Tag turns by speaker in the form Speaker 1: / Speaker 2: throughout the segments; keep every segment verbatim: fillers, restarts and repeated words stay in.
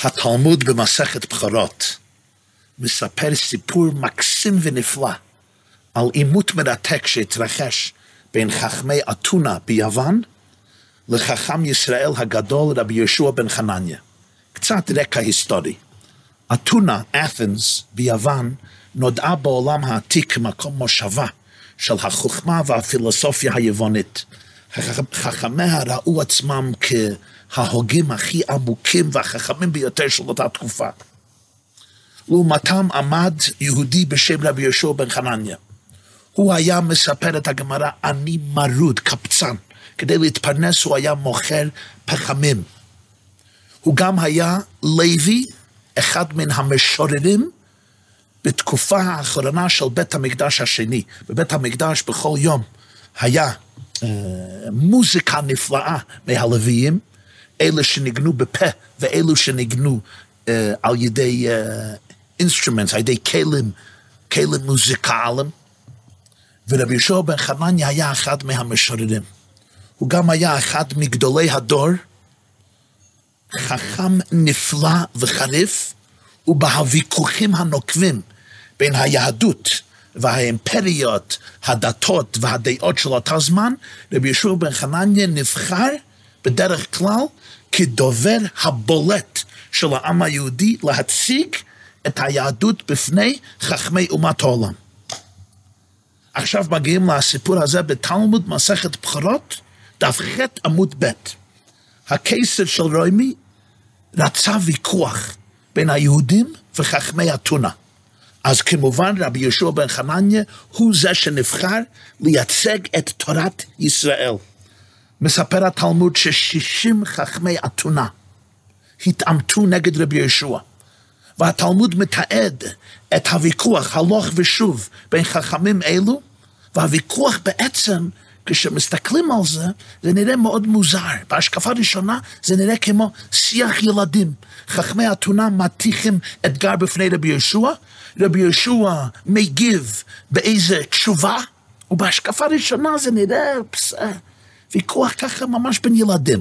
Speaker 1: התלמוד במסכת בחירות מספר סיפור מקסים ונפלא על עימות מרתק שהתרחש בין חכמי אתונה ביוון לחכם ישראל הגדול רבי יהושע בן חנניה. קצת רקע היסטורי. אתונה, את'נס, ביוון, נודעה בעולם העתיק כמקום מושבה של החוכמה והפילוסופיה היוונית. חכמיה ראו עצמם כההוגים הכי עמוקים והחכמים ביותר של אותה תקופה. לעומתם עמד יהודי בשם רבי יהושע בן חנניה. הוא היה מספר את הגמרא, אני מרוד, קפצן. כדי להתפרנס הוא היה מוכר פחמים. הוא גם היה לוי, אחד מן המשוררים, בתקופה האחרונה של בית המקדש השני. בבית המקדש בכל יום היה אה, מוזיקה נפלאה מהלוויים, אלה שניגנו בפה ואלו שניגנו אה, על ידי אינסטרומנטס, אה, על ידי כלים, כלים מוזיקליים. ורבי יהושע בן חנניה היה אחד מהמשוררים. הוא גם היה אחד מגדולי הדור, חכם נפלא וחריף, ובהוויכוחים הנוקבים בין היהדות והאימפריות, הדתות והדעות של אותו זמן, רבי יהושע בן חנניה נבחר בדרך כלל כדובר הבולט של העם היהודי להציג את היהדות בפני חכמי אומת העולם. עכשיו מגיעים לסיפור הזה בתלמוד מסכת בחירות, דף ח' עמוד ב'. הקיסר של רומי רצה ויכוח בין היהודים וחכמי אתונה. אז כמובן רבי יהושע בן חנניה הוא זה שנבחר לייצג את תורת ישראל. מספר התלמוד ששישים חכמי אתונה התעמתו נגד רבי יהושע. והתלמוד מתעד את הוויכוח הלוך ושוב בין חכמים אלו, והוויכוח בעצם, כשמסתכלים על זה, זה נראה מאוד מוזר. בהשקפה ראשונה זה נראה כמו שיח ילדים. חכמי אתונה מטיחים אתגר בפני רבי יהושע, רבי יהושע מגיב באיזה תשובה, ובהשקפה ראשונה זה נראה פס... ויכוח ככה ממש בין ילדים.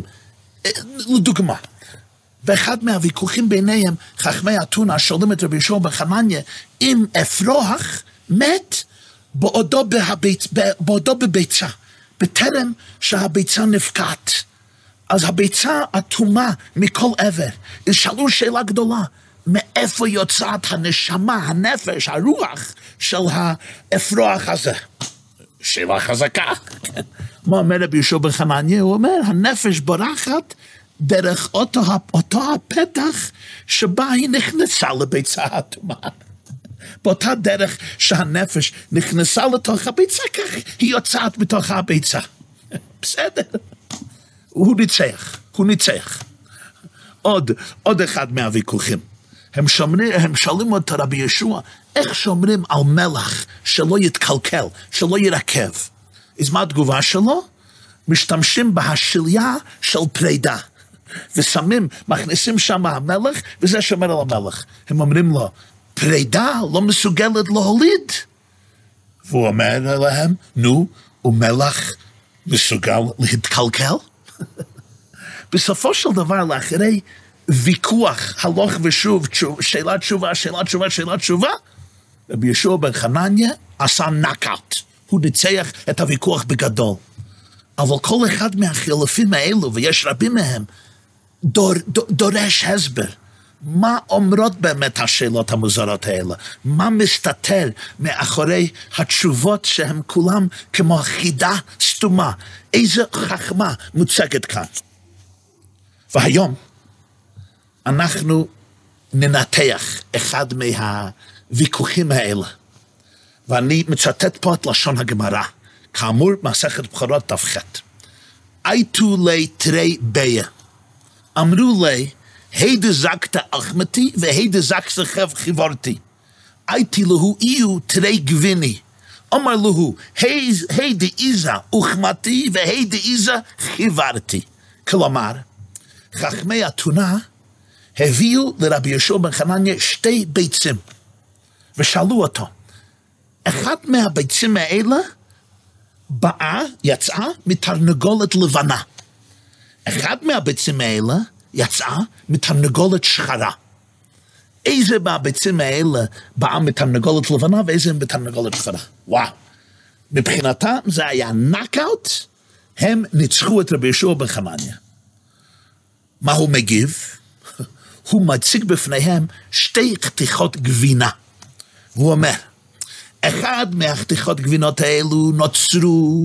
Speaker 1: לדוגמה, באחד מהוויכוחים ביניהם, חכמי אתונה שואלים את רבי יהושע בן חנניה, אם אפרוח מת בעודו, בהביצ... בעודו בביצה, בטרם שהביצה נפקעת. אז הביצה אטומה מכל עבר. ישאלו שאלה גדולה, מאיפה יוצאת הנשמה, הנפש, הרוח של האפרוח הזה? שאלה חזקה. מה אומר רבי יהושע בן חנניה? הוא אומר, הנפש בורחת דרך אותו, אותו הפתח שבה היא נכנסה לביצה האטומה. באותה דרך שהנפש נכנסה לתוך הביצה, כך היא יוצאת מתוך הביצה. בסדר. הוא ניצח, הוא ניצח. עוד, עוד אחד מהוויכוחים. הם שומרים, הם שואלים את רבי יהושע, איך שומרים על מלח שלא יתקלקל, שלא ירקב? אז מה התגובה שלו? משתמשים בהשליה של פרידה. ושמים, מכניסים שם המלח, וזה שומר על המלח. הם אומרים לו, פרידה לא מסוגלת להוליד. והוא אומר להם, נו, ומלח מסוגל להתקלקל? בסופו של דבר, לאחרי ויכוח הלוך ושוב, שאלה תשובה, שאלה תשובה, שאלה תשובה, רבי יהושע בן חנניה עשה נקאוט. הוא ניצח את הוויכוח בגדול. אבל כל אחד מהחילופים האלו, ויש רבים מהם, דור, דור, דורש הסבר. מה אומרות באמת השאלות המוזרות האלה? מה מסתתר מאחורי התשובות שהן כולם כמו חידה סתומה? איזה חכמה מוצגת כאן? והיום אנחנו ננתח אחד מהוויכוחים האלה. ואני מצטט פה את לשון הגמרא. כאמור, מסכת בחירות דף ח'. אייתו לי תרי ביה. אמרו לי, הידה זקת אחמתי והידה זקת חיברתי. הייתי לו איו תרי גביני. אמר לו, הידה איזה אוחמתי והידה איזה חיברתי. כלומר, חכמי אתונה הביאו לרבי יהושע בן חנניה שתי ביצים, ושאלו אותו, אחד מהביצים האלה באה, יצאה מתרנגולת לבנה. אחד מהביצים האלה יצאה מתרנגולת שחרה. איזה מהביצים האלה באה מתרנגולת לבנה ואיזה מתרנגולת שחרה. וואו. מבחינתם זה היה נאקאוט, הם ניצחו את רבי יהושע בן חנניה. מה הוא מגיב? הוא מציג בפניהם שתי חתיכות גבינה. הוא אומר, אחד מהחתיכות גבינות האלו נוצרו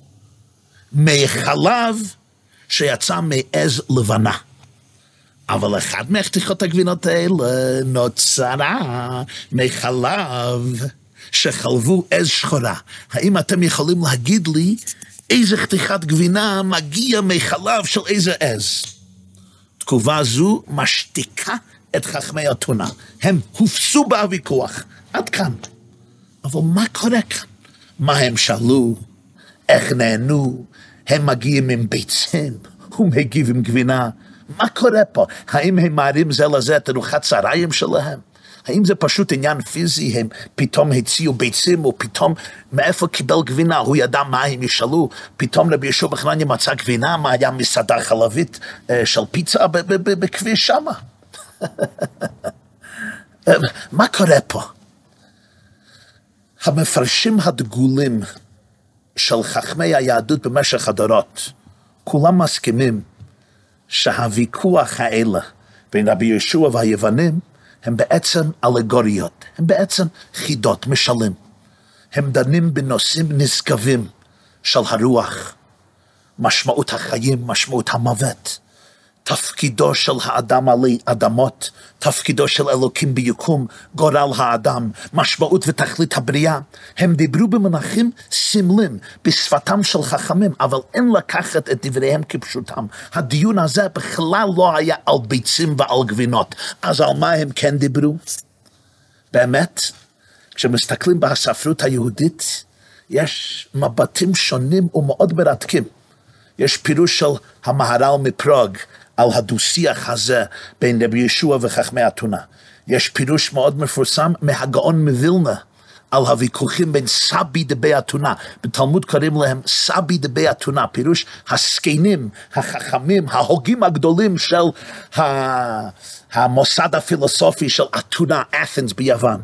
Speaker 1: מחלב שיצא מעז לבנה. אבל אחד מהחתיכות הגבינות האלה נוצרה מחלב שחלבו עז שחורה. האם אתם יכולים להגיד לי איזה חתיכת גבינה מגיע מחלב של איזה עז? תגובה זו משתיקה את חכמי אתונה. הם הופסו בוויכוח. עד כאן. אבל מה קורה כאן? מה הם שאלו? איך נהנו? הם מגיעים עם ביצים? הוא מגיב עם גבינה? מה קורה פה? האם הם מערים זה לזה את ארוחת צהריים שלהם? האם זה פשוט עניין פיזי? הם פתאום הציעו ביצים, או פתאום מאיפה קיבל גבינה? הוא ידע מה הם ישאלו. פתאום רבי יהושע בן חנניה מצא גבינה, מה היה מסעדה חלבית של פיצה בכביש שמה? מה קורה פה? המפרשים הדגולים של חכמי היהדות במשך הדורות, כולם מסכימים שהוויכוח האלה בין רבי יהושע והיוונים הם בעצם אלגוריות, הם בעצם חידות, משלים. הם דנים בנושאים נשגבים של הרוח, משמעות החיים, משמעות המוות, תפקידו של האדם עלי אדמות, תפקידו של אלוקים ביקום, גורל האדם, משמעות ותכלית הבריאה. הם דיברו במונחים סמלים, בשפתם של חכמים, אבל אין לקחת את דבריהם כפשוטם. הדיון הזה בכלל לא היה על ביצים ועל גבינות. אז על מה הם כן דיברו? באמת, כשמסתכלים בספרות היהודית, יש מבטים שונים ומאוד מרתקים. יש פירוש של המהר"ל מפראג, על הדו-שיח הזה בין רבי יהושע וחכמי אתונה. יש פירוש מאוד מפורסם מהגאון מווילנה, על הוויכוחים בין סבי דבי אתונה. בתלמוד קוראים להם סבי דבי אתונה, פירוש הסקנים, החכמים, ההוגים הגדולים של המוסד הפילוסופי של אתונה, אתנס ביוון.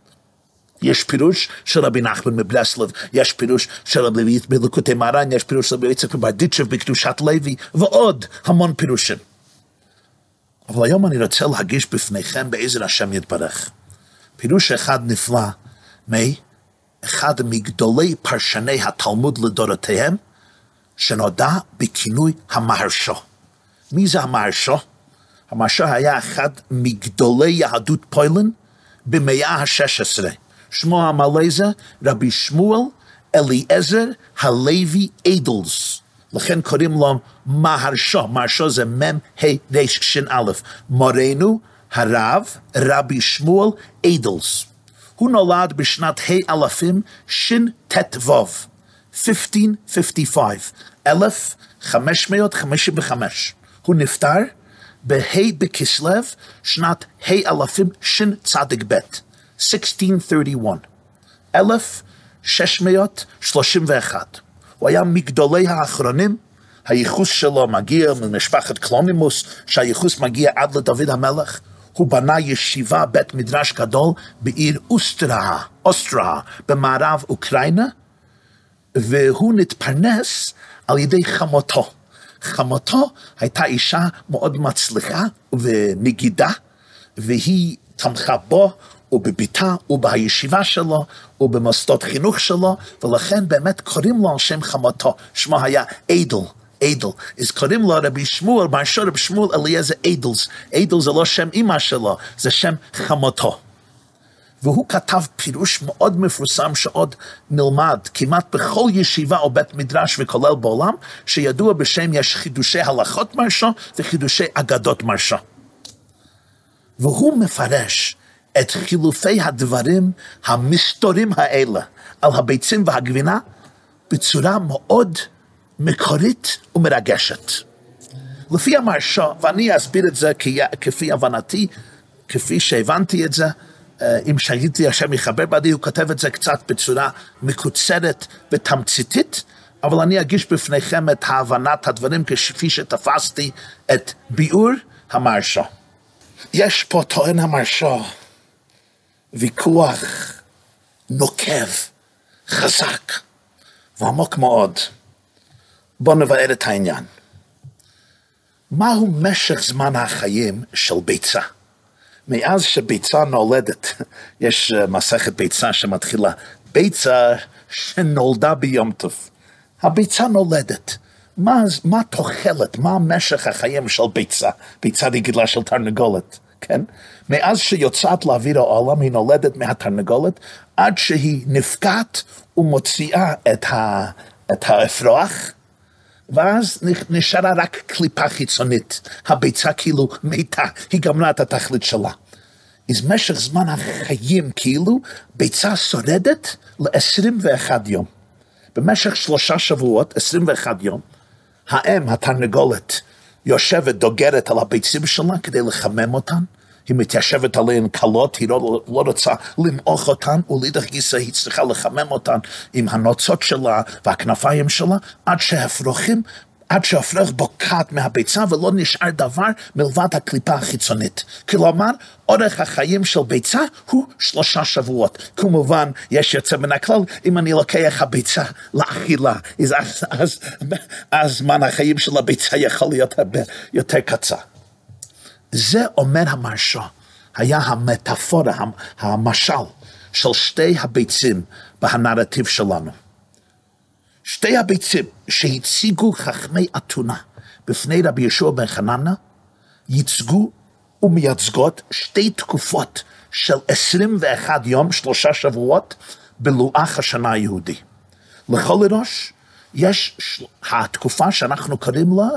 Speaker 1: יש פירוש של רבי נחמן מברסלב, יש פירוש של רבי בליקוטי מרן, יש פירוש של רבי יצחק מברדיצ'ב בקדושת לוי, ועוד המון פירושים. אבל היום אני רוצה להגיש בפניכם בעזר השם יתברך. פירוש אחד נפלא, מאחד מגדולי פרשני התלמוד לדורותיהם, שנודע בכינוי המהרש"א. מי זה המהרש"א? המהרש"א היה אחד מגדולי יהדות פולין במאה ה-שש עשרה. שמו המלא זה רבי שמואל אליעזר הלוי איידלס. לכן קוראים לו מהרש"א. מהרש"א זה מם ה' רש שין א'. מורנו הרב רבי שמואל איידלס. הוא נולד בשנת ה' אלפים שין תת וו. אלף חמש מאות חמישים וחמש. אלף חמש מאות חמישים וחמש. הוא נפטר בה' בכסלו שנת ה' אלפים שין צדיק ב'. אלף שש מאות שלושים ואחת. אלף שש מאות שלושים ואחת. הוא היה מגדולי האחרונים. הייחוס שלו מגיע ממשפחת קלונימוס, שהייחוס מגיע עד לדוד המלך. הוא בנה ישיבה בית מדרש גדול בעיר אוסטרה, אוסטרה, במערב אוקראינה, והוא נתפרנס על ידי חמותו. חמותו הייתה אישה מאוד מצליחה ונגידה, והיא תמכה בו, ובביתה, ובישיבה שלו, ובמוסדות חינוך שלו, ולכן באמת קוראים לו על שם חמותו. שמו היה איידל, איידל. אז קוראים לו רבי שמואל, מהרש"א רבי שמואל אליעזר איידלס. איידל זה לא שם אמא שלו, זה שם חמותו. והוא כתב פירוש מאוד מפורסם שעוד נלמד כמעט בכל ישיבה או בית מדרש וכולל בעולם, שידוע בשם יש חידושי הלכות מהרש"א וחידושי אגדות מהרש"א. והוא מפרש את חילופי הדברים המסתורים האלה על הביצים והגבינה בצורה מאוד מקורית ומרגשת. לפי המהרש"א, ואני אסביר את זה כפי הבנתי, כפי שהבנתי את זה, אם שהייתי השם יחבר בעדי, הוא כותב את זה קצת בצורה מקוצרת ותמציתית, אבל אני אגיש בפניכם את הבנת הדברים כפי שתפסתי את ביאור המרשה. יש פה, טוען המרשה, ויכוח נוקב, חזק ועמוק מאוד. בואו נבאר את העניין. מהו משך זמן החיים של ביצה? מאז שביצה נולדת, יש מסכת ביצה שמתחילה, ביצה שנולדה ביום טוב. הביצה נולדת. מה, מה תוחלת, מה משך החיים של ביצה? ביצה היא גידלה של תרנגולת, כן? מאז שיוצאת לאוויר העולם, היא נולדת מהתרנגולת, עד שהיא נפקעת ומוציאה את, ה, את האפרוח, ואז נשארה רק קליפה חיצונית. הביצה כאילו מיתה, היא גמרה את התכלית שלה. אז משך זמן החיים כאילו, ביצה שורדת ל-עשרים ואחד יום. במשך שלושה שבועות, עשרים ואחד יום, האם, התרנגולת, יושבת, דוגרת על הביצים שלה כדי לחמם אותן, היא מתיישבת עליהן קלות, היא לא, לא רוצה למעוך אותן, ולאידך גיסא היא צריכה לחמם אותן עם הנוצות שלה והכנפיים שלה, עד שהפרוחים, עד שהפרוח בוקעת מהביצה ולא נשאר דבר מלבד הקליפה החיצונית. כלומר, אורך החיים של ביצה הוא שלושה שבועות. כמובן, יש יוצא מן הכלל, אם אני לוקח הביצה לאכילה, אז, אז, אז, אז זמן החיים של הביצה יכול להיות הרבה יותר קצר. זה אומר המרשה, היה המטאפורה, המשל של שתי הביצים בהנרטיב שלנו. שתי הביצים שהציגו חכמי אתונה בפני רבי יהושע בן חנניה, ייצגו ומייצגות שתי תקופות של עשרים ואחד יום, שלושה שבועות, בלוח השנה היהודי. לכל ראש יש של... התקופה שאנחנו קוראים לה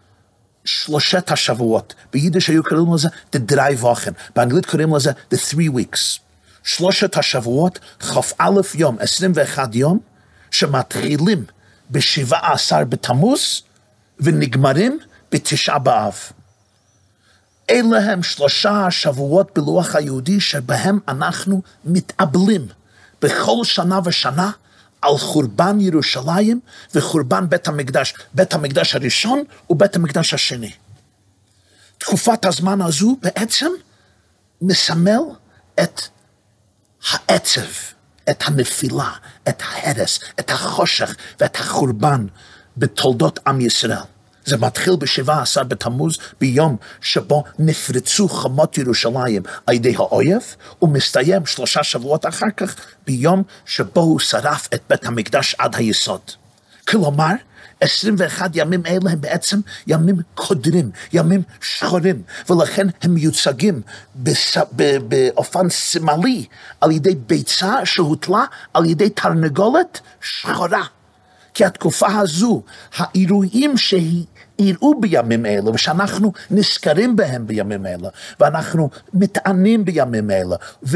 Speaker 1: שלושת השבועות. ביידיש היו קוראים לזה the dry wochen, באנגלית קוראים לזה the three weeks. שלושת השבועות, כ"א יום, עשרים ואחד יום, שמתחילים בשבעה עשר בתמוז ונגמרים בתשעה באב. אלה הם שלושה השבועות בלוח היהודי שבהם אנחנו מתאבלים בכל שנה ושנה על חורבן ירושלים וחורבן בית המקדש, בית המקדש הראשון ובית המקדש השני. תקופת הזמן הזו בעצם מסמל את העצב, את הנפילה, את ההרס, את החושך ואת החורבן בתולדות עם ישראל. זה מתחיל בשבעה עשר בתמוז, ביום שבו נפרצו חומות ירושלים על ידי האויב, ומסתיים שלושה שבועות אחר כך ביום שבו הוא שרף את בית המקדש עד היסוד. כלומר, עשרים ואחד ימים אלה הם בעצם ימים קודרים, ימים שחורים, ולכן הם מיוצגים בס... ב... באופן סמלי על ידי ביצה שהוטלה על ידי תרנגולת שחורה. כי התקופה הזו, האירועים שהיא יראו בימים אלה, ושאנחנו נזכרים בהם בימים אלה, ואנחנו מתענים בימים אלה,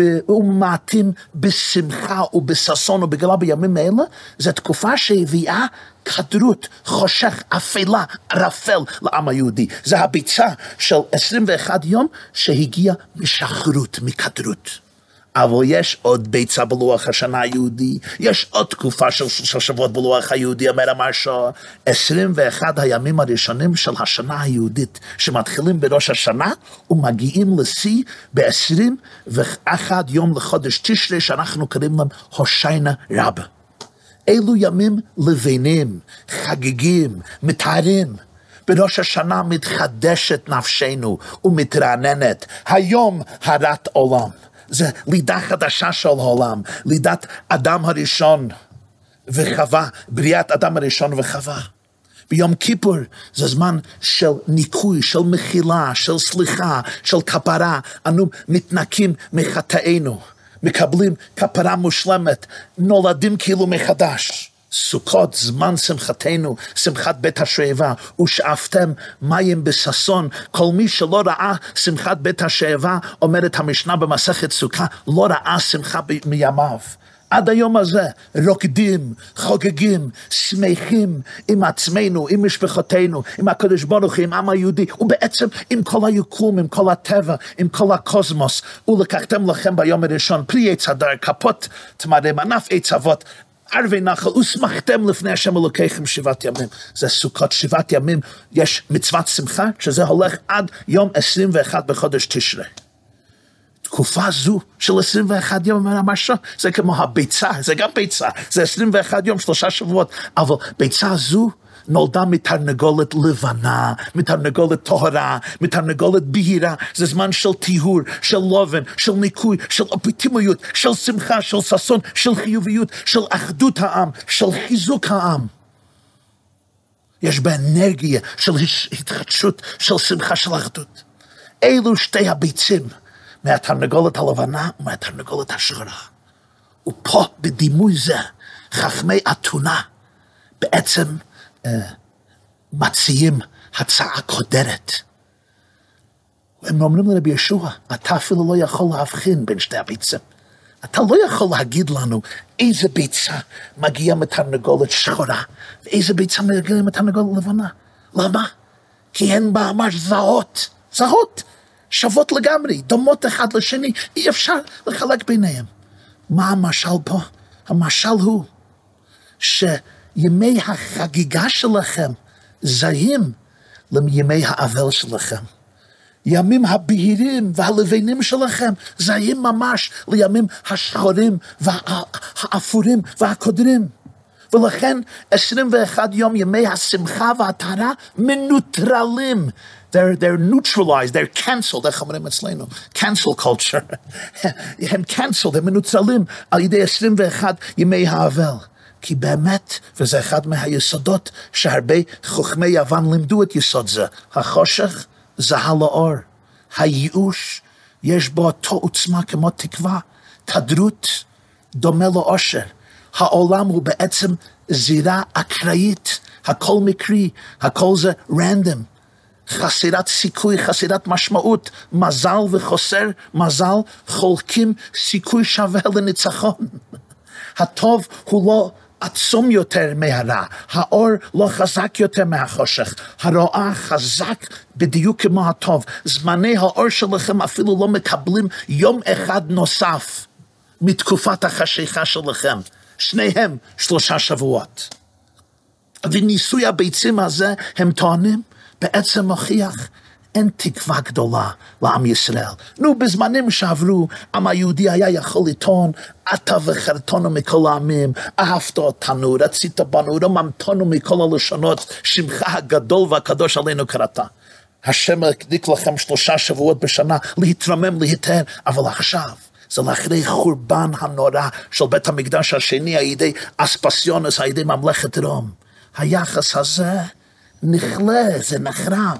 Speaker 1: ומעטים בשמחה ובששון ובגלה בימים אלה, זו תקופה שהביאה קדרות, חושך, אפלה, ערפל לעם היהודי. זה הביצה של עשרים ואחד יום שהגיעה משחרות, מקדרות. אבל יש עוד ביצה בלוח השנה היהודי, יש עוד תקופה של שלושה שבועות בלוח היהודי, אומר המרשה, עשרים ואחד הימים הראשונים של השנה היהודית, שמתחילים בראש השנה, ומגיעים לשיא ב-עשרים ואחד יום לחודש תשרי, שאנחנו קוראים להם הושענא רבה. אלו ימים לבנים, חגיגים, מתארים. בראש השנה מתחדשת נפשנו ומתרעננת, היום הרת עולם. זה לידה חדשה של העולם, לידת אדם הראשון וחווה, בריאת אדם הראשון וחווה. ביום כיפור זה זמן של ניקוי, של מחילה, של סליחה, של כפרה. אנו מתנקים מחטאינו, מקבלים כפרה מושלמת, נולדים כאילו מחדש. סוכות, זמן שמחתנו, שמחת בית השואבה, ושאפתם מים בששון. כל מי שלא ראה שמחת בית השואבה, אומרת המשנה במסכת סוכה, לא ראה שמחה מימיו. עד היום הזה רוקדים, חוגגים, שמחים עם עצמנו, עם משפחותינו, עם הקדוש ברוך הוא, עם העם היהודי, ובעצם עם כל היקום, עם כל הטבע, עם כל הקוסמוס. ולקחתם לכם ביום הראשון פרי עץ הדר, כפות תמרים, ענף עץ אבות, ערבי נחל, וסמכתם לפני השם אלוקיכם שבעת ימים. זה סוכות שבעת ימים, יש מצוות שמחה, שזה הולך עד יום עשרים ואחד בחודש תשרי. תקופה זו של עשרים ואחד יום מהמשהו, זה כמו הביצה, זה גם ביצה, זה עשרים ואחד יום, שלושה שבועות, אבל ביצה זו נולדה מתרנגולת לבנה, מתרנגולת טהרה, מתרנגולת בהירה, זה זמן של טיהור, של לובן, של ניקוי, של אופטימיות, של שמחה, של ששון, של חיוביות, של אחדות העם, של חיזוק העם. יש באנרגיה של התחדשות, של שמחה, של אחדות. אלו שתי הביצים, מהתרנגולת הלבנה ומהתרנגולת השחורה. ופה בדימוי זה, חכמי אתונה, בעצם מציעים הצעה קודרת. הם אומרים לרבי ישוע, אתה אפילו לא יכול להבחין בין שתי הביצים. אתה לא יכול להגיד לנו איזה ביצה מגיעה מתרנגולת שחורה, ואיזה ביצה מגיעה מתרנגולת לבנה. למה? כי הן ממש זהות, זהות, שוות לגמרי, דומות אחד לשני, אי אפשר לחלק ביניהם. מה המשל פה? המשל הוא שימי החגיגה שלכם זהים לימי האבל שלכם. ימים הבהירים והלבנים שלכם זהים ממש לימים השחורים והאפורים והקודרים. ולכן עשרים ואחד יום ימי השמחה והטהרה מנוטרלים. They're, they're neutralized, they're cancelled, איך אומרים אצלנו? cancel culture. הם cancelled, הם מנוטרלים על ידי עשרים ואחד ימי האבל. כי באמת, וזה אחד מהיסודות שהרבה חוכמי יוון לימדו את יסוד זה, החושך זהה לאור, הייאוש יש בו אותו עוצמה כמו תקווה, תדרות דומה לאושר, העולם הוא בעצם זירה אקראית, הכל מקרי, הכל זה random, חסירת סיכוי, חסירת משמעות, מזל וחוסר מזל חולקים סיכוי שווה לניצחון. הטוב הוא לא עצום יותר מהרע, האור לא חזק יותר מהחושך, הרוע חזק בדיוק כמו הטוב, זמני האור שלכם אפילו לא מקבלים יום אחד נוסף מתקופת החשיכה שלכם, שניהם שלושה שבועות. וניסוי הביצים הזה הם טוענים בעצם מוכיח אין תקווה גדולה לעם ישראל. נו, בזמנים שעברו, עם היהודי היה יכול לטעון, אתה וחרטונו מכל העמים, אהבת אותנו, רצית בנו, רוממתנו מכל הלשונות, שמך הגדול והקדוש עלינו קראת. השם הקדיש לכם שלושה שבועות בשנה, להתרומם, להתאר, אבל עכשיו, זה לאחרי חורבן הנורא של בית המקדש השני, על ידי אספסיונוס, על ידי ממלכת רום. היחס הזה נכלה, זה נחרב.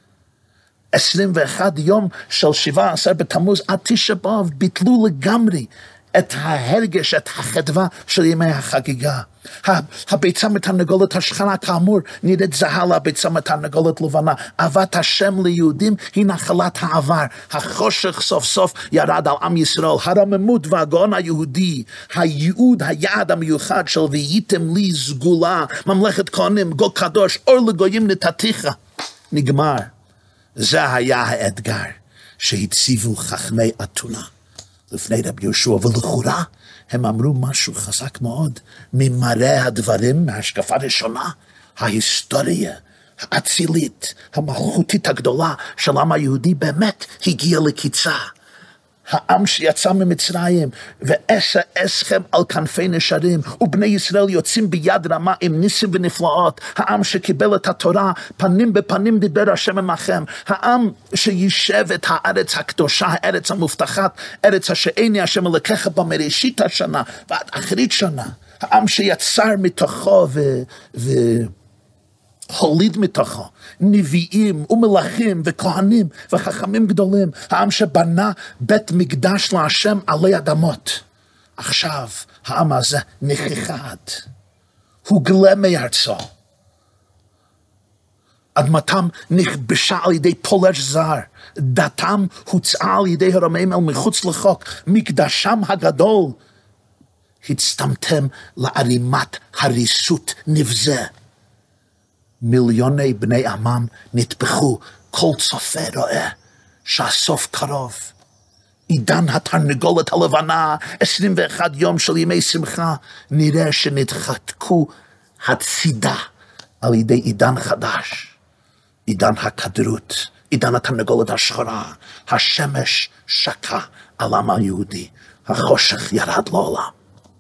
Speaker 1: עשרים ואחד יום של שבעה עשר בתמוז עד תשעה באב ביטלו לגמרי את ההרגש, את החדווה של ימי החגיגה. הביצה מתרנגולת השחרה כאמור נראית זהה לביצה מתרנגולת לבנה. אהבת השם ליהודים היא נחלת העבר. החושך סוף סוף ירד על עם ישראל. הרוממות והגאון היהודי, הייעוד, היעד המיוחד של והייתם לי סגולה, ממלכת כהנים, גוי קדוש, אור לגויים נתתיך, נגמר. זה היה האתגר שהציבו חכמי אתונה לפני רבי יהושע, ולכאורה הם אמרו משהו חזק מאוד ממראה הדברים, מהשקפה ראשונה, ההיסטוריה האצילית, המלכותית הגדולה של העם היהודי באמת הגיעה לקיצה. העם שיצא ממצרים, ואשא אסכם על כנפי נשרים, ובני ישראל יוצאים ביד רמה עם ניסים ונפלאות, העם שקיבל את התורה, פנים בפנים דיבר השם עמכם, העם שישב את הארץ הקדושה, הארץ המובטחת, ארץ אשר עיני השם אלוקיך בה מראשית השנה, ועד אחרית שנה, העם שיצר מתוכו ו... ו... הוליד מתוכו נביאים ומלאכים וכהנים וחכמים גדולים, העם שבנה בית מקדש להשם עלי אדמות. עכשיו העם הזה נכחד, הוגלה מארצו, אדמתם נכבשה על ידי פולש זר, דתם הוצאה על ידי הרומאים אל מחוץ לחוק, מקדשם הגדול הצטמתם לערימת הריסות נבזה. מיליוני בני עמם נטבחו, כל צופה רואה שהסוף קרוב. עידן התרנגולת הלבנה, עשרים ואחד יום של ימי שמחה, נראה שנדחקו הצידה על ידי עידן חדש, עידן הכדרות, עידן התרנגולת השחורה, השמש שקע על העם היהודי, החושך ירד לעולם.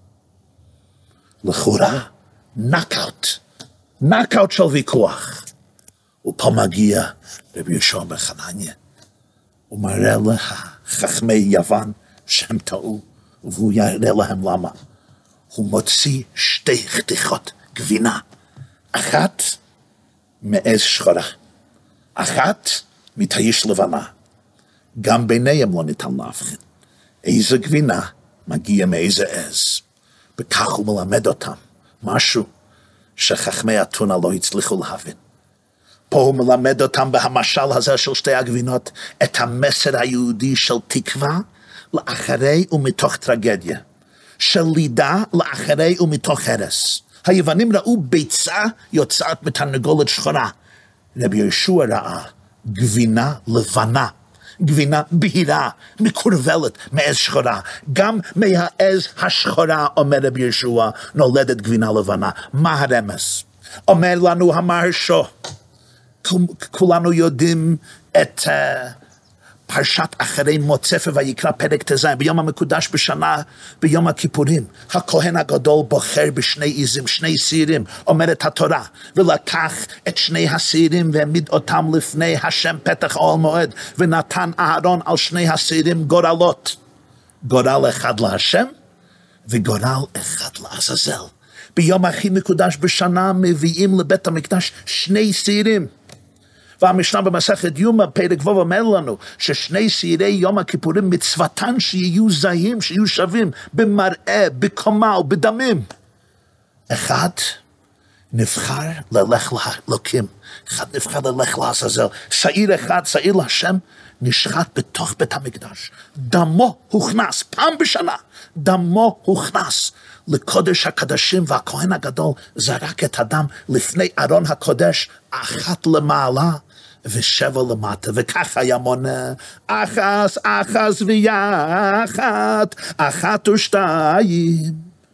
Speaker 1: לכאורה, נקאוט, נקאוט של ויכוח. ופה מגיע רבי יהושע בן חנניה, הוא מראה לחכמי יוון שהם טעו, והוא יראה להם למה. הוא מוציא שתי חתיכות גבינה, אחת מעז שחורה, אחת מתיש לבנה. גם ביניהם לא ניתן להבחין איזה גבינה מגיע מאיזה עז. בכך הוא מלמד אותם משהו שחכמי אתונה לא הצליחו להבין. פה הוא מלמד אותם בהמשל הזה של שתי הגבינות את המסר היהודי של תקווה לאחרי ומתוך טרגדיה, של לידה לאחרי ומתוך הרס. היוונים ראו ביצה יוצאת מתרנגולת שחורה, רבי יהושע ראה גבינה לבנה, גבינה בהירה, מקורבלת מעז שחורה. גם מהעז השחורה, אומר רבי יהושע, נולדת גבינה לבנה. מה הרמז? אומר לנו המהרש"א, כולנו יודעים את uh, פרשת אחרי מות ספר ויקרא פרק ט"ז, ביום המקודש בשנה, ביום הכיפורים, הכהן הגדול בוחר בשני עזים, שני שעירים, אומרת התורה, ולקח את שני השעירים והעמיד אותם לפני השם פתח אוהל מועד, ונתן אהרון על שני השעירים גורלות, גורל אחד להשם וגורל אחד לעזאזל. ביום הכי מקודש בשנה מביאים לבית המקדש שני שעירים, והמשנה במסכת יומא פרק ו' אומר לנו ששני שעירי יום הכיפורים מצוותן שיהיו זהים, שיהיו שווים במראה, בקומה ובדמים. אחד נבחר ללך לאלוקים, אחד נבחר ללך לעזאזל. שעיר אחד, שעיר להשם, נשחט בתוך בית המקדש. דמו הוכנס, פעם בשנה, דמו הוכנס לקודש הקדשים, והכהן הגדול זרק את הדם לפני ארון הקודש, אחת למעלה ושבע למטה, וכך היה מונה, אחס, אחס ויחת, אחת ושתיים.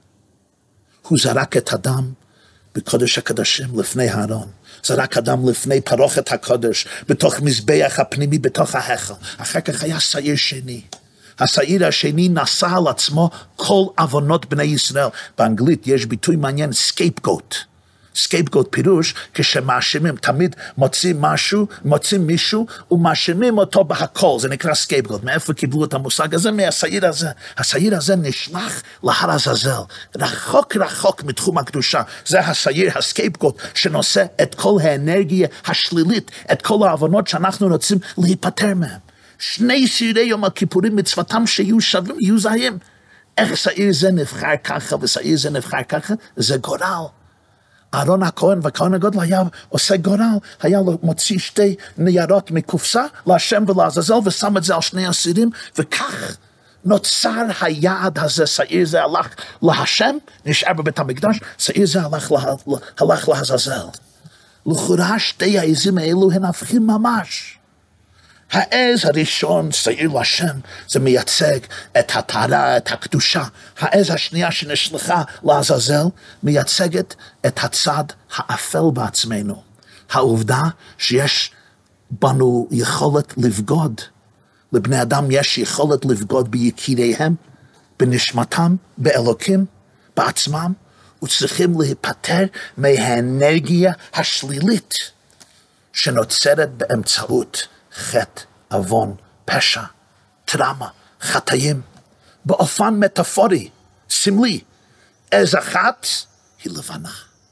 Speaker 1: הוא זרק את הדם בקודש הקדשים לפני הארון, זרק הדם לפני פרוכת הקודש, בתוך מזבח הפנימי, בתוך ההיכל. אחר כך היה שעיר שני. השעיר השני נשא על עצמו כל עוונות בני ישראל. באנגלית יש ביטוי מעניין, scapegoat. scapegoat פירוש כשמאשימים, תמיד מוצאים משהו, מוצאים מישהו ומאשימים אותו בהכל, זה נקרא scapegoat. מאיפה קיבלו את המושג הזה? מהשעיר הזה. השעיר הזה נשלח להר עזאזל, רחוק רחוק מתחום הקדושה. זה השעיר, הסקייפגוט, שנושא את כל האנרגיה השלילית, את כל העוונות שאנחנו רוצים להיפטר מהם. שני שעירי יום הכיפורים מצוותם שיהיו שווים, יהיו זהים. איך שעיר זה נבחר ככה ושעיר זה נבחר ככה? זה גורל. אהרון הכהן והכהן הגדול היה עושה גורל, היה מוציא שתי ניירות מקופסה להשם ולעזאזל ושם את זה על שני השעירים, וכך נוצר היעד הזה. שעיר זה הלך להשם, נשאר בבית המקדש, שעיר זה הלך, לה, הלך לעזאזל. לכאורה שתי העזים האלו הן הפכים ממש. העז הראשון, שעיר להשם, זה מייצג את הטהרה, את הקדושה. העז השנייה שנשלחה לעזאזל מייצגת את הצד האפל בעצמנו. העובדה שיש בנו יכולת לבגוד. לבני אדם יש יכולת לבגוד ביקיריהם, בנשמתם, באלוקים, בעצמם, וצריכים להיפטר מהאנרגיה השלילית שנוצרת באמצעות חטא, עוון, פשע, טראומה, חטאים. באופן מטאפורי, סמלי, עז אחת היא לבנה,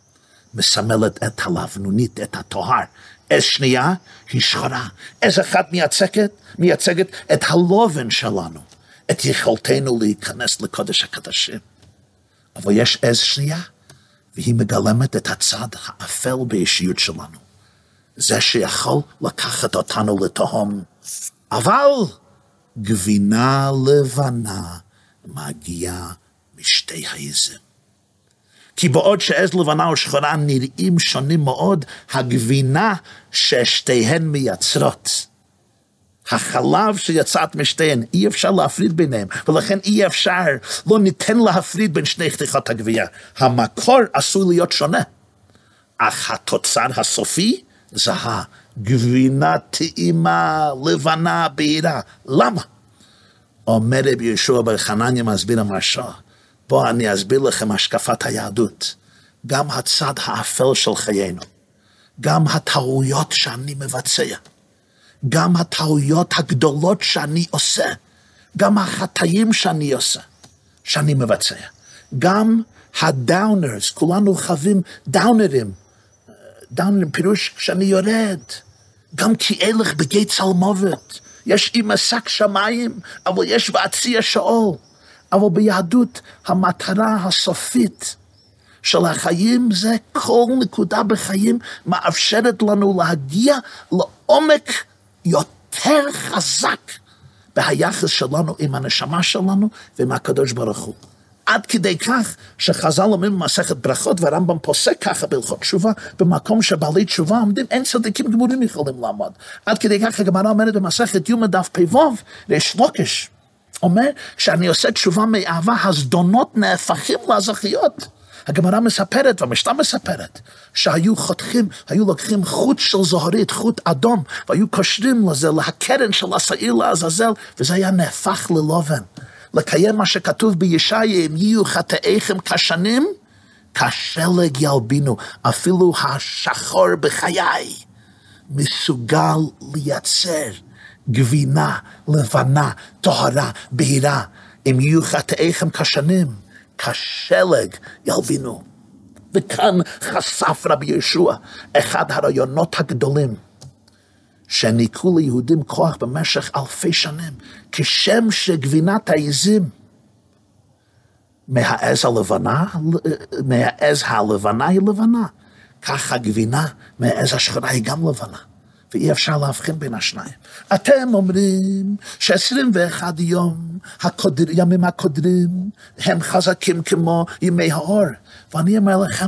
Speaker 1: מסמלת את הלבנונית, את הטוהר. עז שנייה היא שחורה. עז אחת מייצגת, מייצגת את הלובן שלנו, את יכולתנו להיכנס לקודש הקדשים. אבל יש עז שנייה, והיא מגלמת את הצד האפל באישיות שלנו. זה שיכול לקחת אותנו לתהום. אבל גבינה לבנה מגיעה משתי העזים. כי בעוד שעז לבנה ושחורה נראים שונים מאוד, הגבינה ששתיהן מייצרות החלב שיצאת משתיהן, אי אפשר להפריד ביניהם, ולכן אי אפשר, לא ניתן להפריד בין שני חתיכות הגבייה. המקור עשוי להיות שונה, אך התוצר הסופי זהה, גבינה טעימה, לבנה, בהירה. למה? אומר רבי יהושע בר חנניה מסביר המהרש"א, בוא אני אסביר לכם השקפת היהדות, גם הצד האפל של חיינו, גם הטעויות שאני מבצע, גם הטעויות הגדולות שאני עושה, גם החטאים שאני עושה, שאני מבצע, גם הדאונרס, כולנו חווים דאונרים, דאונרים פירוש כשאני יורד, גם כי הלך בגיא צל מוות, יש עם שק שמיים, אבל יש בעציע שאול, אבל ביהדות המטרה הסופית של החיים זה כל נקודה בחיים מאפשרת לנו להגיע לעומק יותר חזק ביחס שלנו עם הנשמה שלנו ועם הקדוש ברוך הוא. עד כדי כך שחז"ל אומרים במסכת ברכות, והרמב"ם פוסק ככה בהלכות תשובה, במקום שבעלי תשובה עומדים, אין צדיקים גמורים יכולים לעמוד. עד כדי כך הגמרא אומרת במסכת יומא דף פ"ו, ריש לוקיש אומר, כשאני עושה תשובה מאהבה, הזדונות נהפכים לאזרחיות. הגמרא מספרת, והמשנה מספרת, שהיו חותכים, היו לוקחים חוט של זוהרית, חוט אדום, והיו קושרים לזה, להקרן של השעיר לעזאזל, וזה היה נהפך ללובן. לקיים מה שכתוב בישעיה, אם יהיו חטאיכם כשנים, כשלג ילבינו, אפילו השחור בחיי, מסוגל לייצר גבינה, לבנה, טהרה, בהירה, אם יהיו חטאיכם כשנים, כשלג ילבינו. וכאן חשף רבי יהושע, אחד הרעיונות הגדולים, שניקו ליהודים כוח במשך אלפי שנים, כשם שגבינת העזים מהעז הלבנה, מהעז הלבנה היא לבנה, כך הגבינה מהעז השחורה היא גם לבנה, ואי אפשר להבחין בין השניים. אתם אומרים ש-עשרים ואחד יום, הקודר, ימים הקודרים, הם חזקים כמו ימי האור, ואני אומר לכם,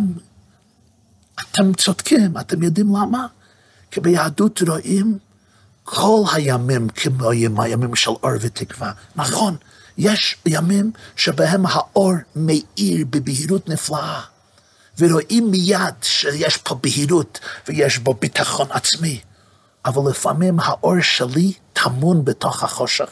Speaker 1: אתם צודקים, אתם יודעים למה? כי ביהדות רואים כל הימים כמו הימים של אור ותקווה. נכון, יש ימים שבהם האור מאיר בבהירות נפלאה, ורואים מיד שיש פה בהירות ויש בו ביטחון עצמי, אבל לפעמים האור שלי טמון בתוך החושך.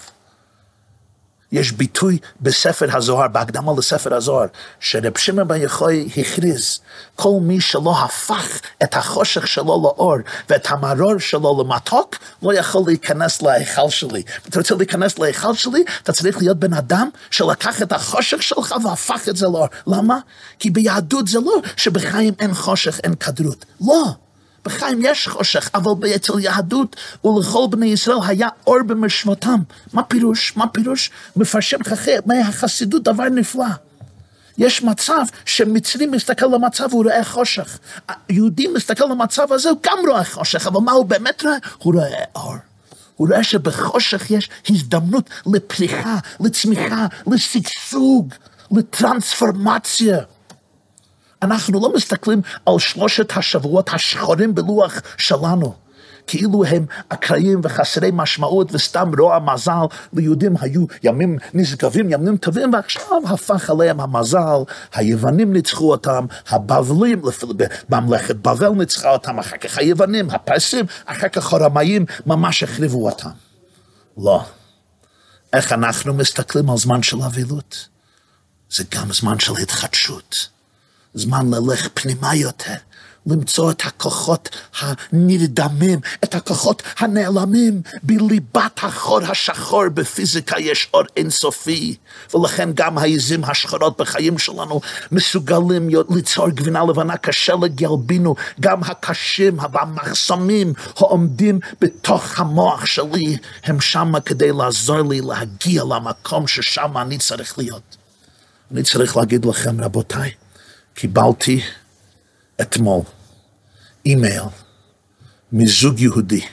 Speaker 1: יש ביטוי בספר הזוהר, בהקדמה לספר הזוהר, שרב שמעון בר יוחאי הכריז, כל מי שלא הפך את החושך שלו לאור, ואת המרור שלו למתוק, לא יכול להיכנס להיכל שלי. אתה רוצה להיכנס להיכל שלי, אתה צריך להיות בן אדם שלקח את החושך שלך והפך את זה לאור. למה? כי ביהדות זה לא שבחיים אין חושך, אין קדרות. לא. בחיים יש חושך, אבל אצל יהדות ולכל בני ישראל היה אור במשמתם. מה פירוש? מה פירוש? מפרשים חכם מהחסידות דבר נפלא. יש מצב שמצרי מסתכל למצב והוא רואה חושך. יהודי מסתכל למצב הזה, הוא גם רואה חושך, אבל מה הוא באמת רואה? הוא רואה אור. הוא רואה שבחושך יש הזדמנות לפריחה, לצמיחה, לשגשוג, לטרנספורמציה. אנחנו לא מסתכלים על שלושת השבועות השחורים בלוח שלנו, כאילו הם אקראיים וחסרי משמעות וסתם רוע מזל. ליהודים היו ימים נשגבים, ימים טובים, ועכשיו הפך עליהם המזל, היוונים ניצחו אותם, הבבלים, בממלכת בבל ניצחה אותם, אחר כך היוונים, הפרסים, אחר כך הרמאים ממש החריבו אותם. לא. איך אנחנו מסתכלים על זמן של אבילות? זה גם זמן של התחדשות. זמן ללך פנימה יותר, למצוא את הכוחות הנרדמים, את הכוחות הנעלמים, בליבת החור השחור. בפיזיקה יש אור אינסופי, ולכן גם העזים השחורות בחיים שלנו מסוגלים ליצור גבינה לבנה כשלג ילבינו. גם הקשים והמחסומים העומדים בתוך המוח שלי, הם שמה כדי לעזור לי להגיע למקום ששם אני צריך להיות. אני צריך להגיד לכם, רבותיי, קיבלתי אתמול אימייל מזוג יהודי,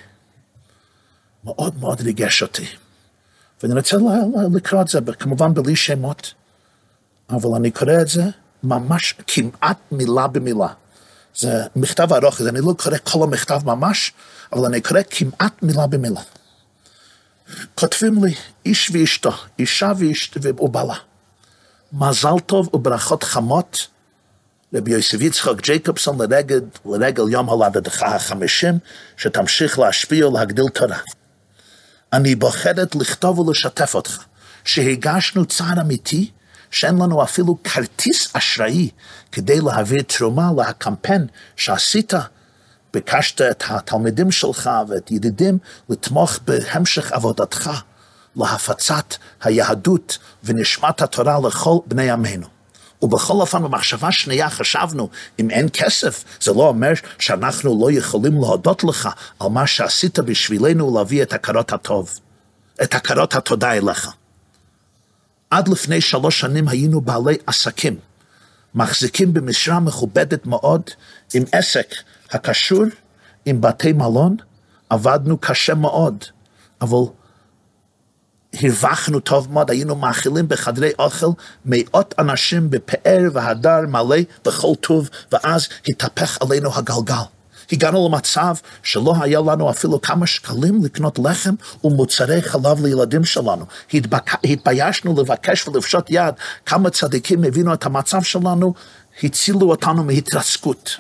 Speaker 1: מאוד מאוד ריגש אותי, ואני רוצה לקרוא את זה, כמובן בלי שמות, אבל אני קורא את זה ממש כמעט מילה במילה. זה מכתב ארוך, אז אני לא קורא כל המכתב ממש, אבל אני קורא כמעט מילה במילה. כותבים לי, איש ואשתו, אישה ואשתו ובעלה. מזל טוב וברכות חמות, רבי יוסף יצחק ג'ייקובסון לרגל, לרגל יום הולדתך החמישים, שתמשיך להשפיע ולהגדיל תורה. אני בוחרת לכתוב ולשתף אותך, שהרגשנו צער אמיתי, שאין לנו אפילו כרטיס אשראי, כדי להעביר תרומה לקמפיין שעשית, ביקשת את התלמידים שלך ואת ידידים לתמוך בהמשך עבודתך, להפצת היהדות ונשמת התורה לכל בני עמנו. ובכל אופן במחשבה שנייה חשבנו, אם אין כסף, זה לא אומר שאנחנו לא יכולים להודות לך על מה שעשית בשבילנו ולהביא את הכרת הטוב, את הכרת התודה אליך. עד לפני שלוש שנים היינו בעלי עסקים, מחזיקים במשרה מכובדת מאוד, עם עסק הקשור עם בתי מלון, עבדנו קשה מאוד, אבל הרווחנו טוב מאוד, היינו מאכילים בחדרי אוכל מאות אנשים בפאר והדר מלא בכל טוב, ואז התהפך עלינו הגלגל. הגענו למצב שלא היה לנו אפילו כמה שקלים לקנות לחם ומוצרי חלב לילדים שלנו. התבק... התביישנו לבקש ולפשוט יד. כמה צדיקים הבינו את המצב שלנו, הצילו אותנו מהתרסקות.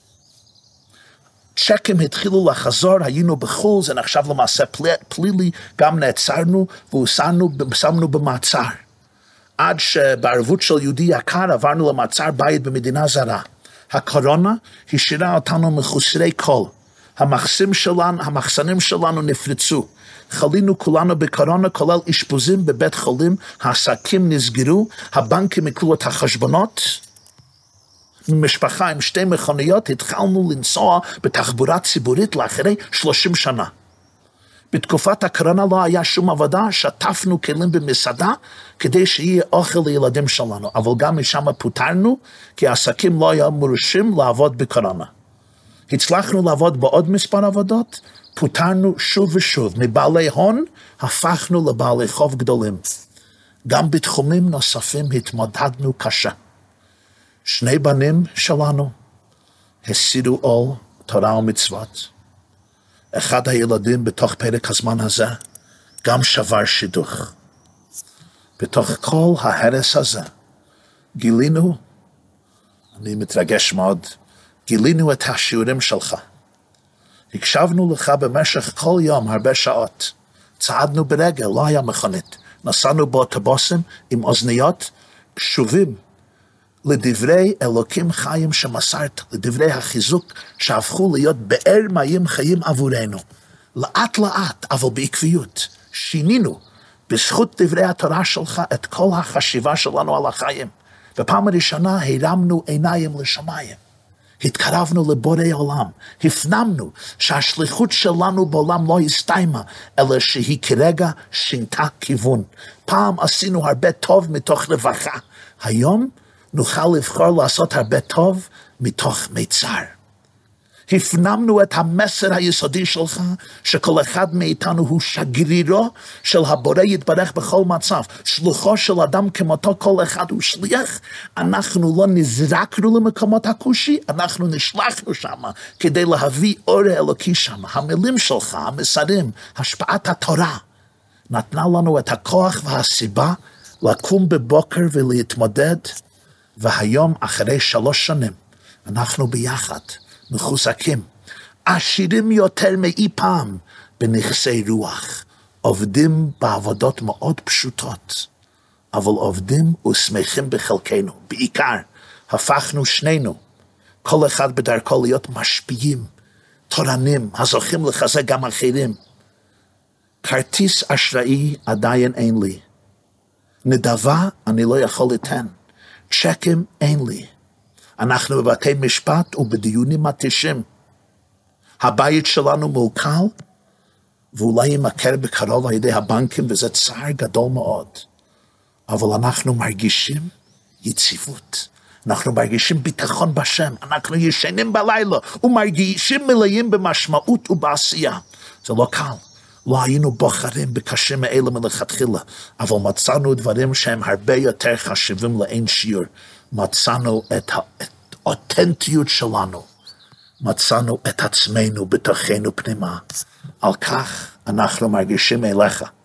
Speaker 1: צ'קים התחילו לחזור, היינו בחול, זה נחשב למעשה פל... פלילי, גם נעצרנו ושמנו במעצר. עד שבערבות של יהודי יקר עברנו למעצר בית במדינה זרה. הקורונה השאירה אותנו מחוסרי כל. המחסים שלנו, המחסנים שלנו נפרצו. חלינו כולנו בקורונה, כולל אשפוזים בבית חולים, העסקים נסגרו, הבנקים עיקלו את החשבונות. ממשפחה עם שתי מכוניות התחלנו לנסוע בתחבורה ציבורית לאחרי שלושים שנה. בתקופת הקורונה לא היה שום עבודה, שטפנו כלים במסעדה כדי שיהיה אוכל לילדים שלנו, אבל גם משם פוטרנו, כי העסקים לא היו מורשים לעבוד בקורונה. הצלחנו לעבוד בעוד מספר עבודות, פוטרנו שוב ושוב, מבעלי הון הפכנו לבעלי חוב גדולים. גם בתחומים נוספים התמודדנו קשה. שני בנים שלנו הסירו עול תורה ומצוות. אחד הילדים בתוך פרק הזמן הזה גם שבר שידוך. בתוך כל ההרס הזה גילינו, אני מתרגש מאוד, גילינו את השיעורים שלך. הקשבנו לך במשך כל יום הרבה שעות. צעדנו ברגל, לא היה מכונית. נסענו באוטובוסים עם אוזניות קשובים לדברי אלוקים חיים שמסרת, לדברי החיזוק שהפכו להיות באר מים חיים עבורנו. לאט לאט, אבל בעקביות, שינינו בזכות דברי התורה שלך את כל החשיבה שלנו על החיים. בפעם הראשונה הרמנו עיניים לשמיים. התקרבנו לבורא עולם, הפנמנו שהשליחות שלנו בעולם לא הסתיימה, אלא שהיא כרגע שינתה כיוון. פעם עשינו הרבה טוב מתוך רווחה, היום נוכל לבחור לעשות הרבה טוב מתוך מצר. הפנמנו את המסר היסודי שלך, שכל אחד מאיתנו הוא שגרירו של הבורא יתברך בכל מצב. שלוחו של אדם כמותו, כל אחד הוא שליח. אנחנו לא נזרקנו למקומות הקושי, אנחנו נשלחנו שם כדי להביא אור אלוקי שם. המילים שלך, המסרים, השפעת התורה, נתנה לנו את הכוח והסיבה לקום בבוקר ולהתמודד, והיום אחרי שלוש שנים אנחנו ביחד מחוזקים, עשירים יותר מאי פעם בנכסי רוח, עובדים בעבודות מאוד פשוטות, אבל עובדים ושמחים בחלקנו. בעיקר הפכנו שנינו, כל אחד בדרכו להיות משפיעים, תורנים, הזוכים לחזק גם אחרים. כרטיס אשראי עדיין אין לי, נדבה אני לא יכול לתן, צ'קים אין לי. אנחנו בבתי משפט ובדיונים מתישים. הבית שלנו מעוקל, ואולי יימכר בקרוב על ידי הבנקים, וזה צער גדול מאוד. אבל אנחנו מרגישים יציבות. אנחנו מרגישים ביטחון בשם. אנחנו ישנים בלילה, ומרגישים מלאים במשמעות ובעשייה. זה לא קל. לא היינו בוחרים בקשים האלה מלכתחילה, אבל מצאנו דברים שהם הרבה יותר חשובים לאין שיעור. מצאנו את האותנטיות שלנו, מצאנו את עצמנו בתוכנו פנימה. על כך אנחנו מרגישים אליך,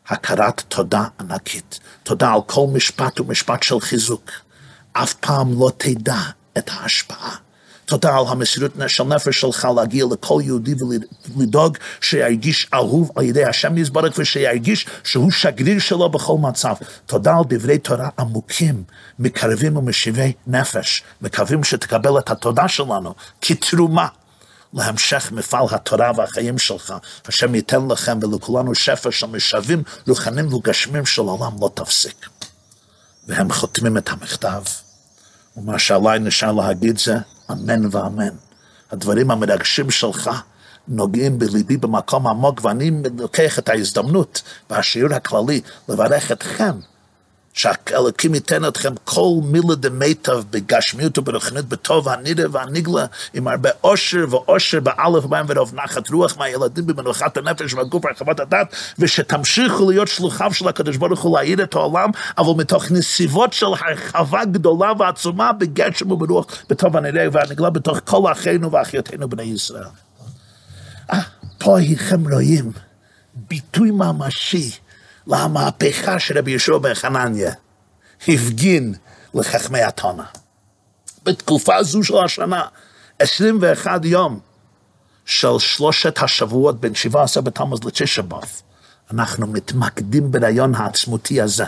Speaker 1: הכרת תודה ענקית. תודה על כל משפט ומשפט של חיזוק. אף פעם לא תדע את ההשפעה. תודה על המסירות של נפש שלך להגיע לכל יהודי ולדאוג שירגיש אהוב על ידי השם יזברך ושירגיש שהוא שגריר שלו בכל מצב. תודה על דברי תורה עמוקים, מקרבים ומשיבי נפש. מקווים שתקבל את התודה שלנו כתרומה להמשך מפעל התורה והחיים שלך. השם ייתן לכם ולכולנו שפע של משאבים רוחניים וגשמים של עולם לא תפסיק. והם חותמים את המכתב. ומה שעליי נשאר להגיד זה אמן ואמן. הדברים המרגשים שלך נוגעים בליבי במקום עמוק, ואני לוקח את ההזדמנות והשיעור הכללי לברך אתכם, שהאלוקים ייתן אתכם כל מילה דמיטב בגשמיות וברוחניות, בטוב הנראה והנגלה, עם הרבה אושר ואושר באלף ובהם ורוב נחת רוח מהילדים במנוחת הנפש והגוף והרחבת הדת, ושתמשיכו להיות שלוחיו של הקדוש ברוך הוא להאיר את העולם, אבל מתוך נסיבות של הרחבה גדולה ועצומה בגשם וברוח, בטוב הנראה והנגלה, בתוך כל אחינו ואחיותינו בני ישראל. אה, פה הייכם רואים ביטוי ממשי למהפכה שרבי יהושע בן חנניה הפגין לחכמי התורה. בתקופה זו של השנה, עשרים ואחד יום של שלושת השבועות בין שבעה עשר בתמוז לתשעה באב, אנחנו מתמקדים ברעיון העצמותי הזה.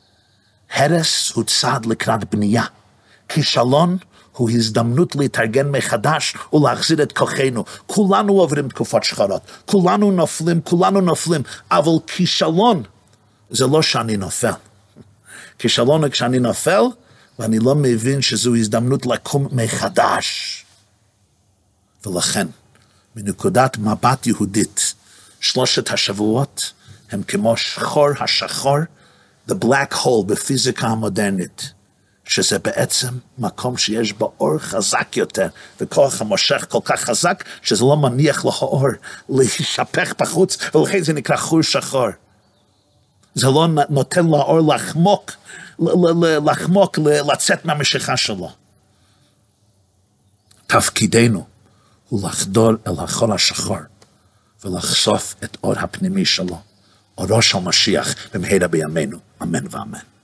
Speaker 1: הרס הוא צעד לקראת בנייה. כישלון הוא הזדמנות להתארגן מחדש ולהחזיר את כוחנו. כולנו עוברים תקופות שחורות, כולנו נופלים, כולנו נופלים, אבל כישלון זה לא שאני נופל. כישלון הוא כשאני נופל, ואני לא מבין שזו הזדמנות לקום מחדש. ולכן, מנקודת מבט יהודית, שלושת השבועות הם כמו שחור השחור, the black hole בפיזיקה המודרנית, שזה בעצם מקום שיש בו אור חזק יותר, וכוח המושך כל כך חזק, שזה לא מניח לאור להישפך בחוץ, ולכן זה נקרא חור שחור. זה לא נותן לאור לחמוק, לחמוק, לצאת מהמשיכה שלו. תפקידנו הוא לחדור אל החור השחור, ולחשוף את אור הפנימי שלו, אורו של משיח במהרה בימינו, אמן ואמן.